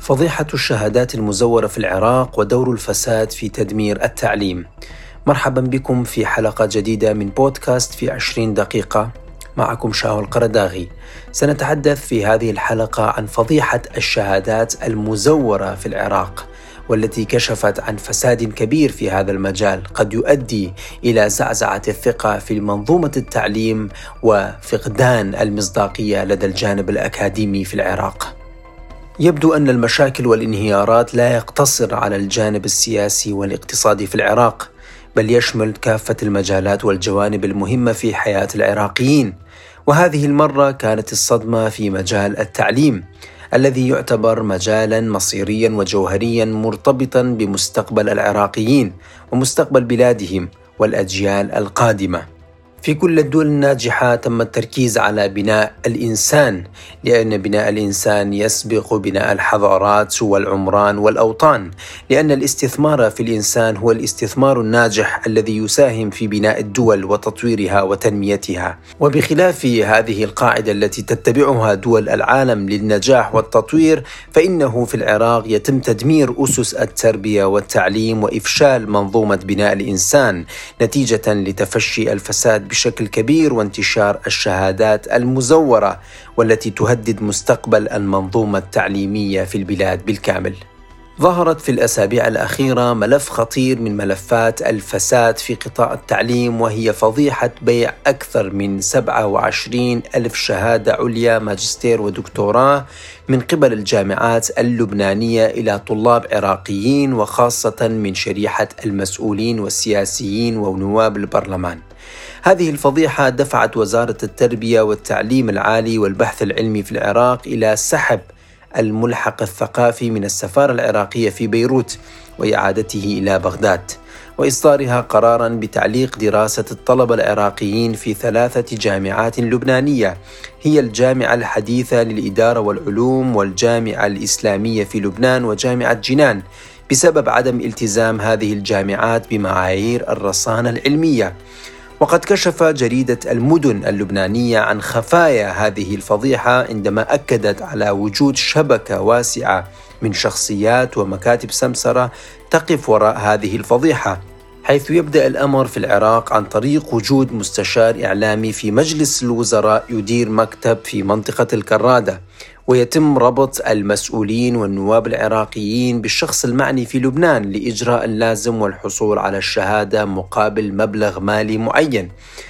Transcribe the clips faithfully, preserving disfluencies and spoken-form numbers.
فضيحة الشهادات المزورة في العراق ودور الفساد في تدمير التعليم. مرحبا بكم في حلقة جديدة من بودكاست في عشرين دقيقة. معكم شاهو القرداغي. سنتحدث في هذه الحلقة عن فضيحة الشهادات المزورة في العراق، والتي كشفت عن فساد كبير في هذا المجال قد يؤدي إلى زعزعة الثقة في منظومة التعليم وفقدان المصداقية لدى الجانب الأكاديمي في العراق. يبدو أن المشاكل والانهيارات لا يقتصر على الجانب السياسي والاقتصادي في العراق، بل يشمل كافة المجالات والجوانب المهمة في حياة العراقيين. وهذه المرة كانت الصدمة في مجال التعليم، الذي يعتبر مجالاً مصيرياً وجوهرياً مرتبطاً بمستقبل العراقيين ومستقبل بلادهم والأجيال القادمة. في كل الدول الناجحة تم التركيز على بناء الإنسان، لأن بناء الإنسان يسبق بناء الحضارات والعمران والأوطان، لأن الاستثمار في الإنسان هو الاستثمار الناجح الذي يساهم في بناء الدول وتطويرها وتنميتها. وبخلاف هذه القاعدة التي تتبعها دول العالم للنجاح والتطوير، فإنه في العراق يتم تدمير أسس التربية والتعليم وإفشال منظومة بناء الإنسان نتيجة لتفشي الفساد بشكل كبير وانتشار الشهادات المزورة، والتي تهدد مستقبل المنظومة التعليمية في البلاد بالكامل. ظهرت في الأسابيع الأخيرة ملف خطير من ملفات الفساد في قطاع التعليم، وهي فضيحة بيع أكثر من سبعة وعشرين ألف شهادة عليا ماجستير ودكتوراه من قبل الجامعات اللبنانية إلى طلاب عراقيين، وخاصة من شريحة المسؤولين والسياسيين ونواب البرلمان. هذه الفضيحة دفعت وزارة التربية والتعليم العالي والبحث العلمي في العراق إلى سحب الملحق الثقافي من السفارة العراقية في بيروت وإعادته إلى بغداد، وإصدارها قراراً بتعليق دراسة الطلبة العراقيين في ثلاثة جامعات لبنانية، هي الجامعة الحديثة للإدارة والعلوم والجامعة الإسلامية في لبنان وجامعة جنان، بسبب عدم التزام هذه الجامعات بمعايير الرصانة العلمية. وقد كشف جريدة المدن اللبنانية عن خفايا هذه الفضيحة عندما أكدت على وجود شبكة واسعة من شخصيات ومكاتب سمسرة تقف وراء هذه الفضيحة، حيث يبدأ الأمر في العراق عن طريق وجود مستشار إعلامي في مجلس الوزراء يدير مكتب في منطقة الكرادة، ويتم ربط المسؤولين والنواب العراقيين بالشخص المعني في لبنان لإجراء اللازم والحصول على الشهادة مقابل مبلغ مالي معين.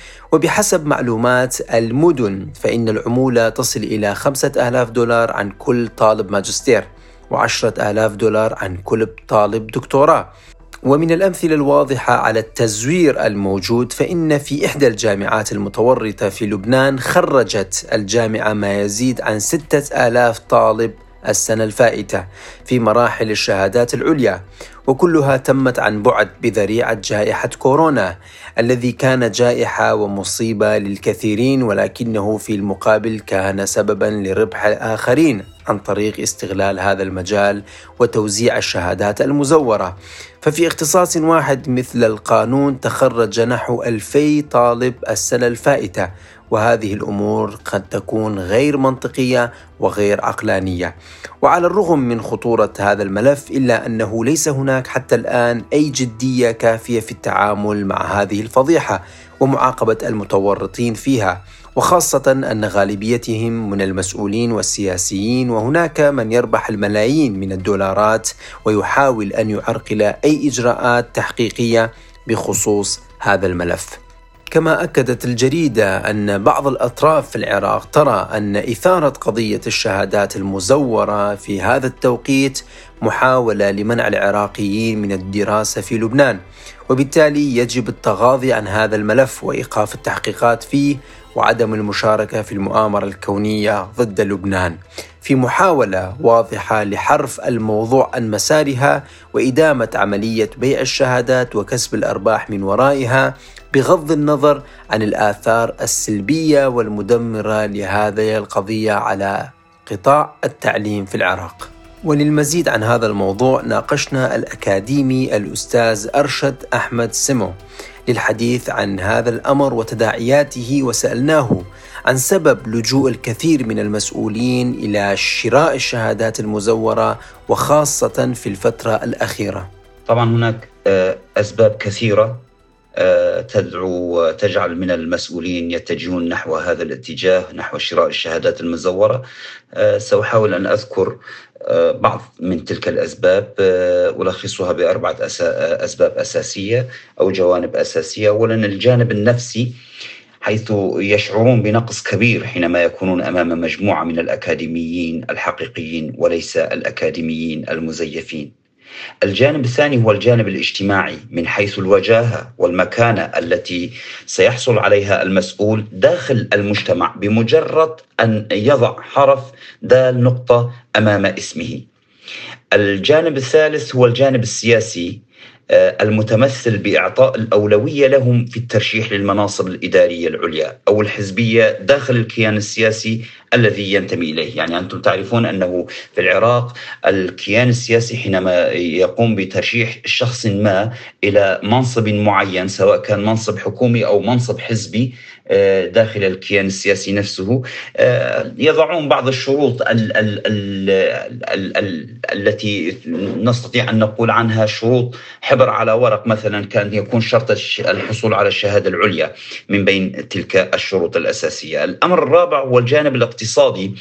وبحسب معلومات المدن فإن العمولة تصل إلى خمسة آلاف دولار عن كل طالب ماجستير وعشرة آلاف دولار عن كل طالب دكتوراه. ومن الأمثلة الواضحة على التزوير الموجود فإن في إحدى الجامعات المتورطة في لبنان خرجت الجامعة ما يزيد عن ستة آلاف طالب السنة الفائتة في مراحل الشهادات العليا، وكلها تمت عن بعد بذريعة جائحة كورونا، الذي كان جائحة ومصيبة للكثيرين، ولكنه في المقابل كان سببا لربح الآخرين عن طريق استغلال هذا المجال وتوزيع الشهادات المزورة. ففي اختصاص واحد مثل القانون تخرج نحو ألفي طالب السنة الفائتة، وهذه الأمور قد تكون غير منطقية وغير عقلانية. وعلى الرغم من خطورة هذا الملف، إلا أنه ليس هناك حتى الآن أي جدية كافية في التعامل مع هذه الفضيحة ومعاقبة المتورطين فيها، وخاصة أن غالبيتهم من المسؤولين والسياسيين، وهناك من يربح الملايين من الدولارات ويحاول أن يعرقل أي إجراءات تحقيقية بخصوص هذا الملف. كما أكدت الجريدة أن بعض الأطراف في العراق ترى أن إثارة قضية الشهادات المزورة في هذا التوقيت محاولة لمنع العراقيين من الدراسة في لبنان، وبالتالي يجب التغاضي عن هذا الملف وإيقاف التحقيقات فيه وعدم المشاركة في المؤامرة الكونية ضد لبنان، في محاولة واضحة لحرف الموضوع عن مسارها وإدامة عملية بيع الشهادات وكسب الأرباح من ورائها، بغض النظر عن الآثار السلبية والمدمرة لهذه القضية على قطاع التعليم في العراق. وللمزيد عن هذا الموضوع ناقشنا الأكاديمي الأستاذ أرشد أحمد سمو للحديث عن هذا الأمر وتداعياته، وسألناه عن سبب لجوء الكثير من المسؤولين إلى شراء الشهادات المزورة وخاصة في الفترة الأخيرة؟ طبعا هناك أسباب كثيرة تدعو تجعل من المسؤولين يتجهون نحو هذا الاتجاه، نحو شراء الشهادات المزورة. سأحاول أن أذكر بعض من تلك الأسباب، ألخصها بأربعة أسباب أساسية أو جوانب أساسية. أولا الجانب النفسي، حيث يشعرون بنقص كبير حينما يكونون أمام مجموعة من الأكاديميين الحقيقيين وليس الأكاديميين المزيفين. الجانب الثاني هو الجانب الاجتماعي، من حيث الوجاهة والمكانة التي سيحصل عليها المسؤول داخل المجتمع بمجرد أن يضع حرف دال نقطة أمام اسمه. الجانب الثالث هو الجانب السياسي، المتمثل بإعطاء الأولوية لهم في الترشيح للمناصب الإدارية العليا أو الحزبية داخل الكيان السياسي الذي ينتمي إليه. يعني أنتم تعرفون أنه في العراق الكيان السياسي حينما يقوم بترشيح شخص ما إلى منصب معين، سواء كان منصب حكومي أو منصب حزبي داخل الكيان السياسي نفسه، يضعون بعض الشروط ال ال ال ال ال التي نستطيع أن نقول عنها شروط حبر على ورق. مثلا كان يكون شرط الحصول على الشهادة العليا من بين تلك الشروط الأساسية. الأمر الرابع هو الجانب الاقتصادي،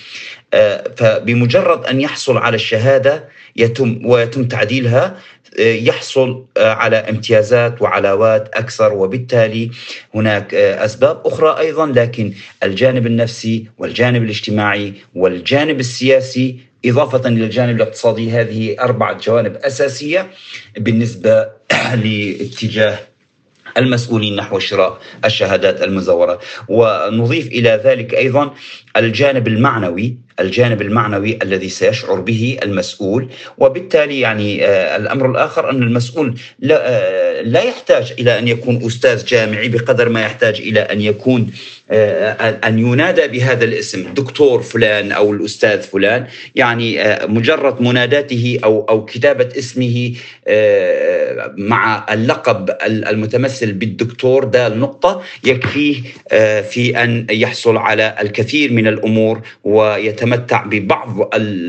فبمجرد أن يحصل على الشهادة يتم ويتم تعديلها يحصل على امتيازات وعلاوات أكثر، وبالتالي هناك أسباب أخرى أيضا. لكن الجانب النفسي والجانب الاجتماعي والجانب السياسي إضافة إلى الجانب الاقتصادي، هذه أربعة جوانب أساسية بالنسبة لاتجاه المسؤولين نحو شراء الشهادات المزورة. ونضيف إلى ذلك أيضا الجانب المعنوي، الجانب المعنوي الذي سيشعر به المسؤول. وبالتالي يعني آه الأمر الآخر أن المسؤول لا, آه لا يحتاج إلى أن يكون أستاذ جامعي بقدر ما يحتاج إلى أن يكون آه أن ينادى بهذا الاسم، دكتور فلان أو الأستاذ فلان. يعني آه مجرد مناداته أو أو كتابة اسمه آه مع اللقب المتمثل بالدكتور دال نقطة يكفيه آه في أن يحصل على الكثير من الأمور ويتمتع ببعض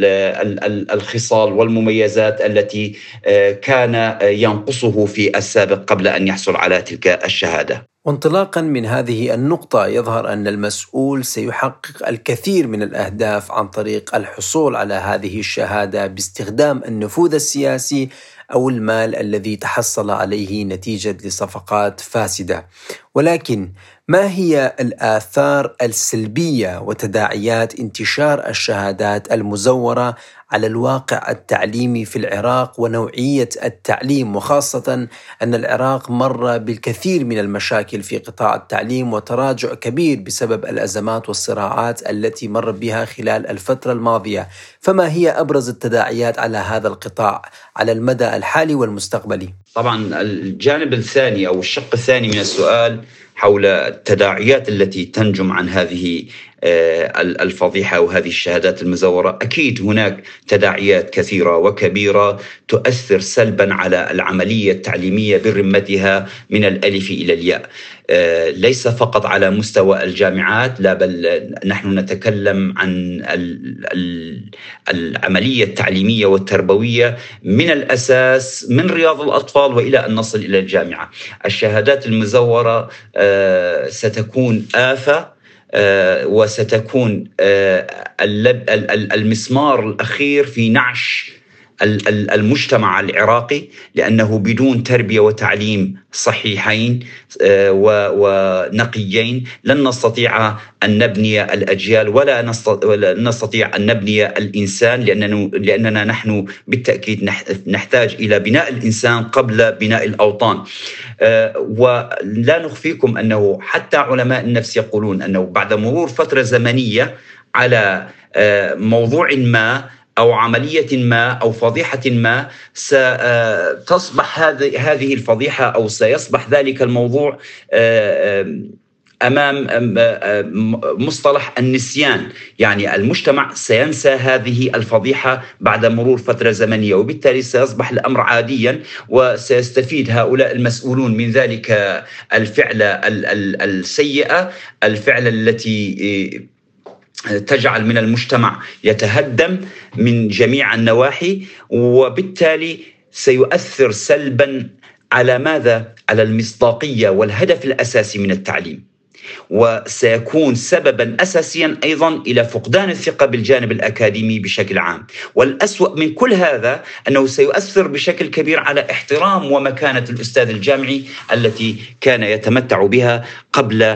الخصال والمميزات التي كان ينقصه في السابق قبل أن يحصل على تلك الشهادة. وانطلاقا من هذه النقطة يظهر أن المسؤول سيحقق الكثير من الأهداف عن طريق الحصول على هذه الشهادة باستخدام النفوذ السياسي أو المال الذي تحصل عليه نتيجة لصفقات فاسدة. ولكن ما هي الآثار السلبية وتداعيات انتشار الشهادات المزورة على الواقع التعليمي في العراق ونوعية التعليم، وخاصة أن العراق مر بالكثير من المشاكل في قطاع التعليم وتراجع كبير بسبب الأزمات والصراعات التي مر بها خلال الفترة الماضية؟ فما هي أبرز التداعيات على هذا القطاع على المدى الحالي والمستقبلي؟ طبعا الجانب الثاني أو الشق الثاني من السؤال حول التداعيات التي تنجم عن هذه الفضيحة وهذه الشهادات المزورة. أكيد هناك تداعيات كثيرة وكبيرة تؤثر سلبا على العملية التعليمية برمتها من الألف إلى الياء، ليس فقط على مستوى الجامعات، لا بل نحن نتكلم عن العملية التعليمية والتربوية من الأساس، من رياض الأطفال وإلى أن نصل إلى الجامعة. الشهادات المزورة ستكون آفة وستكون المسمار الأخير في نعش المجتمع العراقي، لأنه بدون تربية وتعليم صحيحين ونقيين لن نستطيع أن نبني الأجيال ولا نستطيع أن نبني الإنسان، لأننا نحن بالتأكيد نحتاج إلى بناء الإنسان قبل بناء الأوطان. ولا نخفيكم أنه حتى علماء النفس يقولون أنه بعد مرور فترة زمنية على موضوع ما أو عملية ما أو فضيحة ما ستصبح هذه الفضيحة أو سيصبح ذلك الموضوع أمام مصطلح النسيان، يعني المجتمع سينسى هذه الفضيحة بعد مرور فترة زمنية، وبالتالي سيصبح الأمر عاديا، وسيستفيد هؤلاء المسؤولون من ذلك الفعلة السيئة، الفعلة التي تجعل من المجتمع يتهدم من جميع النواحي، وبالتالي سيؤثر سلبا على ماذا؟ على المصداقية والهدف الأساسي من التعليم، وسيكون سببا أساسيا أيضا إلى فقدان الثقة بالجانب الأكاديمي بشكل عام. والأسوأ من كل هذا أنه سيؤثر بشكل كبير على احترام ومكانة الأستاذ الجامعي التي كان يتمتع بها قبل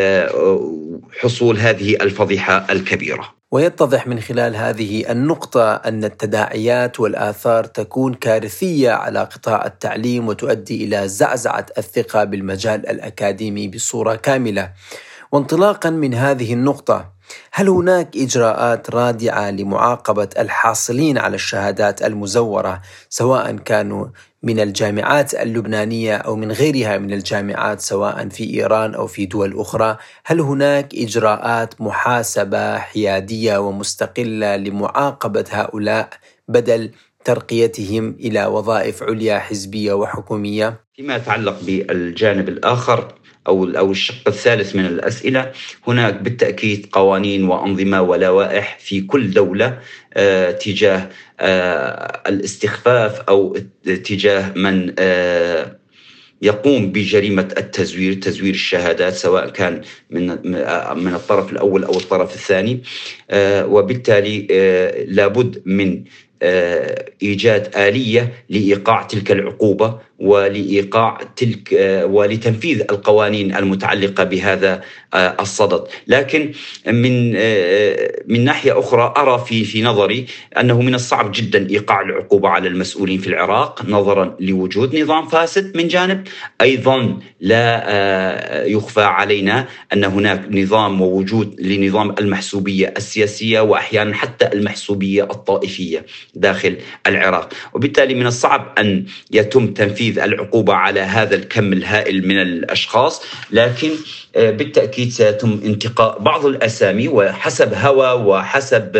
حصول هذه الفضيحة الكبيرة. ويتضح من خلال هذه النقطة أن التداعيات والآثار تكون كارثية على قطاع التعليم، وتؤدي إلى زعزعة الثقة بالمجال الأكاديمي بصورة كاملة. وانطلاقا من هذه النقطة، هل هناك إجراءات رادعة لمعاقبة الحاصلين على الشهادات المزورة، سواء كانوا من الجامعات اللبنانية أو من غيرها من الجامعات، سواء في إيران أو في دول أخرى؟ هل هناك إجراءات محاسبة حيادية ومستقلة لمعاقبة هؤلاء بدل ترقيتهم إلى وظائف عليا حزبية وحكومية؟ فيما يتعلق بالجانب الآخر أو أو الشق الثالث من الأسئلة، هناك بالتأكيد قوانين وأنظمة ولوائح في كل دولة آه تجاه آه الاستخفاف أو تجاه من آه يقوم بجريمة التزوير، تزوير الشهادات، سواء كان من من الطرف الأول أو الطرف الثاني. آه وبالتالي آه لابد من آه إيجاد آلية لإيقاع تلك العقوبة ولإيقاع تلك ولتنفيذ القوانين المتعلقة بهذا الصدد. لكن من من ناحية أخرى أرى في في نظري أنه من الصعب جدا إيقاع العقوبة على المسؤولين في العراق، نظرا لوجود نظام فاسد من جانب. أيضا لا يخفى علينا أن هناك نظام ووجود لنظام المحسوبية السياسية، وأحيانا حتى المحسوبية الطائفية داخل العراق، وبالتالي من الصعب أن يتم تنفيذ العقوبة على هذا الكم الهائل من الأشخاص. لكن بالتأكيد سيتم انتقاء بعض الأسامي وحسب هوى وحسب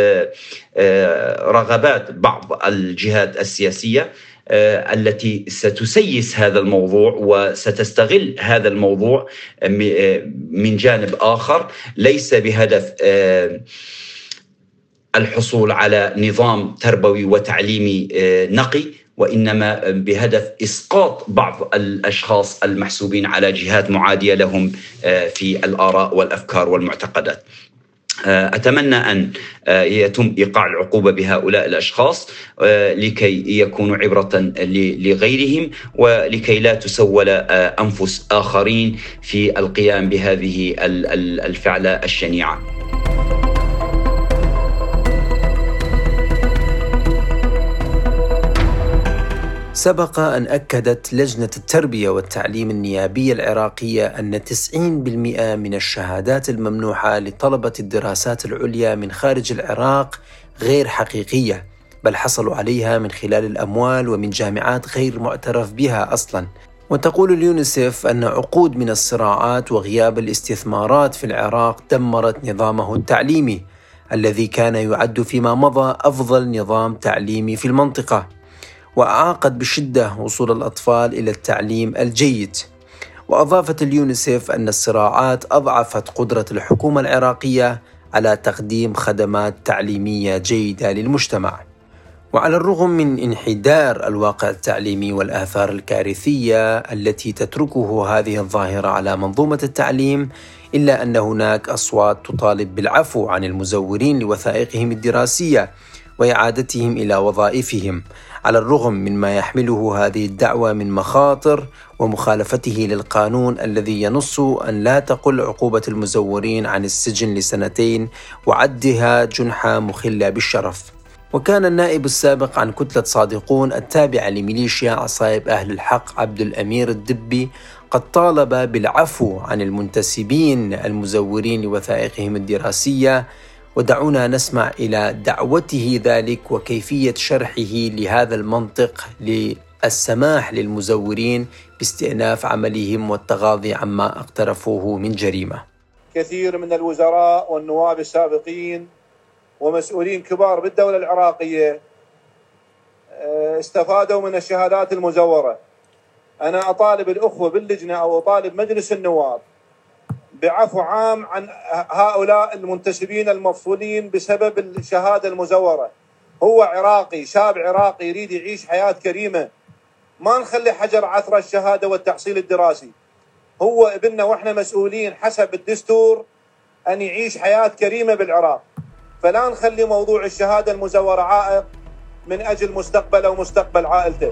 رغبات بعض الجهات السياسية التي ستسيس هذا الموضوع وستستغل هذا الموضوع من جانب آخر، ليس بهدف الحصول على نظام تربوي وتعليمي نقي، وإنما بهدف إسقاط بعض الأشخاص المحسوبين على جهات معادية لهم في الآراء والأفكار والمعتقدات. أتمنى أن يتم إيقاع العقوبة بهؤلاء الأشخاص لكي يكونوا عبرة لغيرهم، ولكي لا تسول أنفس آخرين في القيام بهذه الفعلة الشنيعة. سبق أن أكدت لجنة التربية والتعليم النيابية العراقية أن تسعين بالمئة من الشهادات الممنوحة لطلبة الدراسات العليا من خارج العراق غير حقيقية، بل حصلوا عليها من خلال الأموال ومن جامعات غير معترف بها أصلاً. وتقول اليونيسف أن عقود من الصراعات وغياب الاستثمارات في العراق دمرت نظامه التعليمي الذي كان يعد فيما مضى أفضل نظام تعليمي في المنطقة، وأعاقت بشدة وصول الأطفال إلى التعليم الجيد. وأضافت اليونيسف أن الصراعات أضعفت قدرة الحكومة العراقية على تقديم خدمات تعليمية جيدة للمجتمع. وعلى الرغم من انحدار الواقع التعليمي والآثار الكارثية التي تتركه هذه الظاهرة على منظومة التعليم، إلا أن هناك أصوات تطالب بالعفو عن المزورين لوثائقهم الدراسية وإعادتهم إلى وظائفهم، على الرغم من ما يحمله هذه الدعوة من مخاطر ومخالفته للقانون الذي ينص أن لا تقل عقوبة المزورين عن السجن لسنتين وعدها جنحة مخلة بالشرف. وكان النائب السابق عن كتلة صادقون التابعة لميليشيا عصائب أهل الحق عبد الأمير الدبي قد طالب بالعفو عن المنتسبين المزورين لوثائقهم الدراسية، ودعونا نسمع إلى دعوته ذلك وكيفية شرحه لهذا المنطق السماح للمزورين باستئناف عملهم والتغاضي عما اقترفوه من جريمة. كثير من الوزراء والنواب السابقين ومسؤولين كبار بالدولة العراقية استفادوا من الشهادات المزورة. أنا أطالب الأخوة باللجنة أو أطالب مجلس النواب بعفو عام عن هؤلاء المنتسبين المفصولين بسبب الشهادة المزورة. هو عراقي، شاب عراقي يريد يعيش حياة كريمة، ما نخلي حجر عثرة الشهادة والتحصيل الدراسي. هو ابننا وإحنا مسؤولين حسب الدستور أن يعيش حياة كريمة بالعراق، فلا نخلي موضوع الشهادة المزورة عائق من أجل مستقبله ومستقبل عائلته.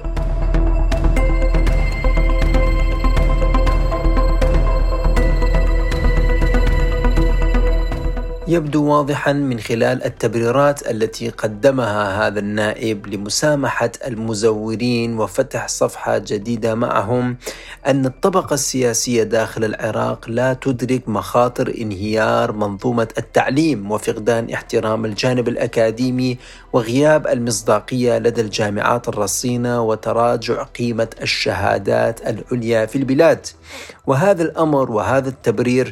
يبدو واضحا من خلال التبريرات التي قدمها هذا النائب لمسامحة المزورين وفتح صفحة جديدة معهم أن الطبقة السياسية داخل العراق لا تدرك مخاطر انهيار منظومة التعليم وفقدان احترام الجانب الأكاديمي وغياب المصداقية لدى الجامعات الرصينة وتراجع قيمة الشهادات العليا في البلاد. وهذا الأمر وهذا التبرير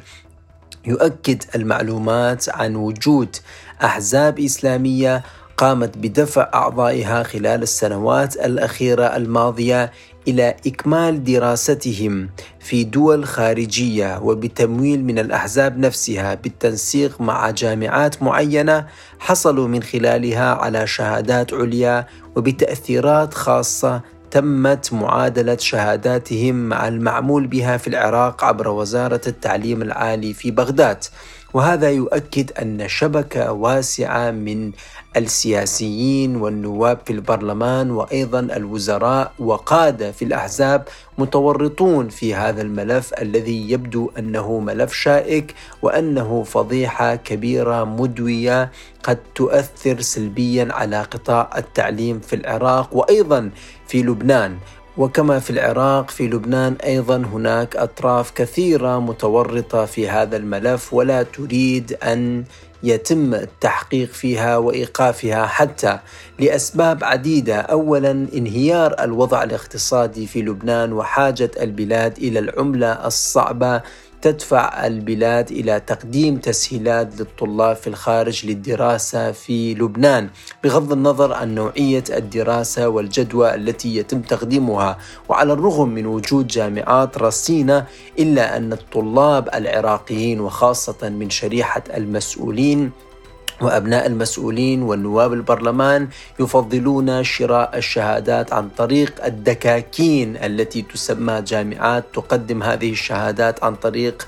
يؤكد المعلومات عن وجود أحزاب إسلامية قامت بدفع أعضائها خلال السنوات الأخيرة الماضية إلى إكمال دراستهم في دول خارجية وبتمويل من الأحزاب نفسها بالتنسيق مع جامعات معينة حصلوا من خلالها على شهادات عليا وبتأثيرات خاصة تمت معادلة شهاداتهم مع المعمول بها في العراق عبر وزارة التعليم العالي في بغداد. وهذا يؤكد أن شبكة واسعة من السياسيين والنواب في البرلمان وأيضا الوزراء وقادة في الأحزاب متورطون في هذا الملف الذي يبدو أنه ملف شائك وأنه فضيحة كبيرة مدوية قد تؤثر سلبيا على قطاع التعليم في العراق وأيضا في لبنان. وكما في العراق في لبنان أيضا هناك أطراف كثيرة متورطة في هذا الملف ولا تريد أن يتم التحقيق فيها وإيقافها حتى لأسباب عديدة. أولا انهيار الوضع الاقتصادي في لبنان وحاجة البلاد إلى العملة الصعبة تدفع البلاد إلى تقديم تسهيلات للطلاب في الخارج للدراسة في لبنان بغض النظر عن نوعية الدراسة والجدوى التي يتم تقديمها. وعلى الرغم من وجود جامعات رصينة إلا أن الطلاب العراقيين وخاصة من شريحة المسؤولين وأبناء المسؤولين والنواب البرلمان يفضلون شراء الشهادات عن طريق الدكاكين التي تسمى جامعات تقدم هذه الشهادات عن طريق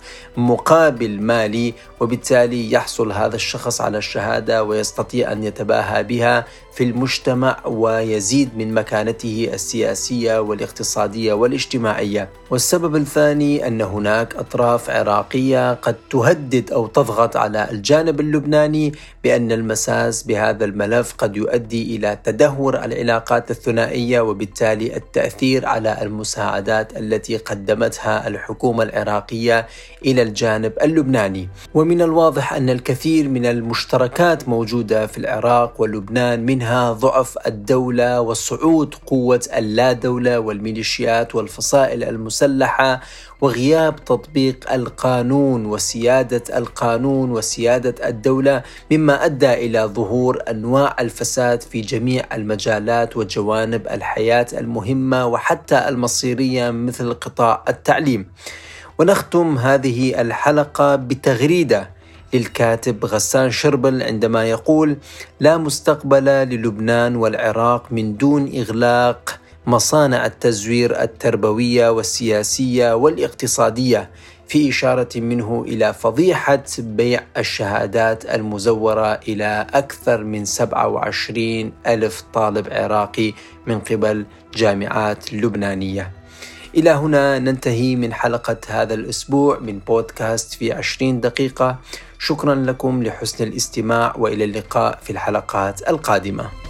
مقابل مالي، وبالتالي يحصل هذا الشخص على الشهادة ويستطيع أن يتباهى بها في المجتمع ويزيد من مكانته السياسية والاقتصادية والاجتماعية. والسبب الثاني أن هناك أطراف عراقية قد تهدد أو تضغط على الجانب اللبناني بأن المساس بهذا الملف قد يؤدي إلى تدهور العلاقات الثنائية وبالتالي التأثير على المساعدات التي قدمتها الحكومة العراقية إلى الجانب اللبناني. ومن الواضح أن الكثير من المشتركات موجودة في العراق ولبنان، منها ضعف الدولة وصعود قوة اللا دولة والميليشيات والفصائل المسلحة وغياب تطبيق القانون وسيادة القانون وسيادة الدولة، مما أدى إلى ظهور أنواع الفساد في جميع المجالات وجوانب الحياة المهمة وحتى المصيرية مثل قطاع التعليم. ونختم هذه الحلقة بتغريدة للكاتب غسان شربل عندما يقول: لا مستقبل للبنان والعراق من دون إغلاق مصانع التزوير التربوية والسياسية والاقتصادية، في إشارة منه إلى فضيحة بيع الشهادات المزورة إلى أكثر من سبعة وعشرين ألف طالب عراقي من قبل جامعات لبنانية. إلى هنا ننتهي من حلقة هذا الأسبوع من بودكاست في عشرين دقيقة. شكرا لكم لحسن الاستماع وإلى اللقاء في الحلقات القادمة.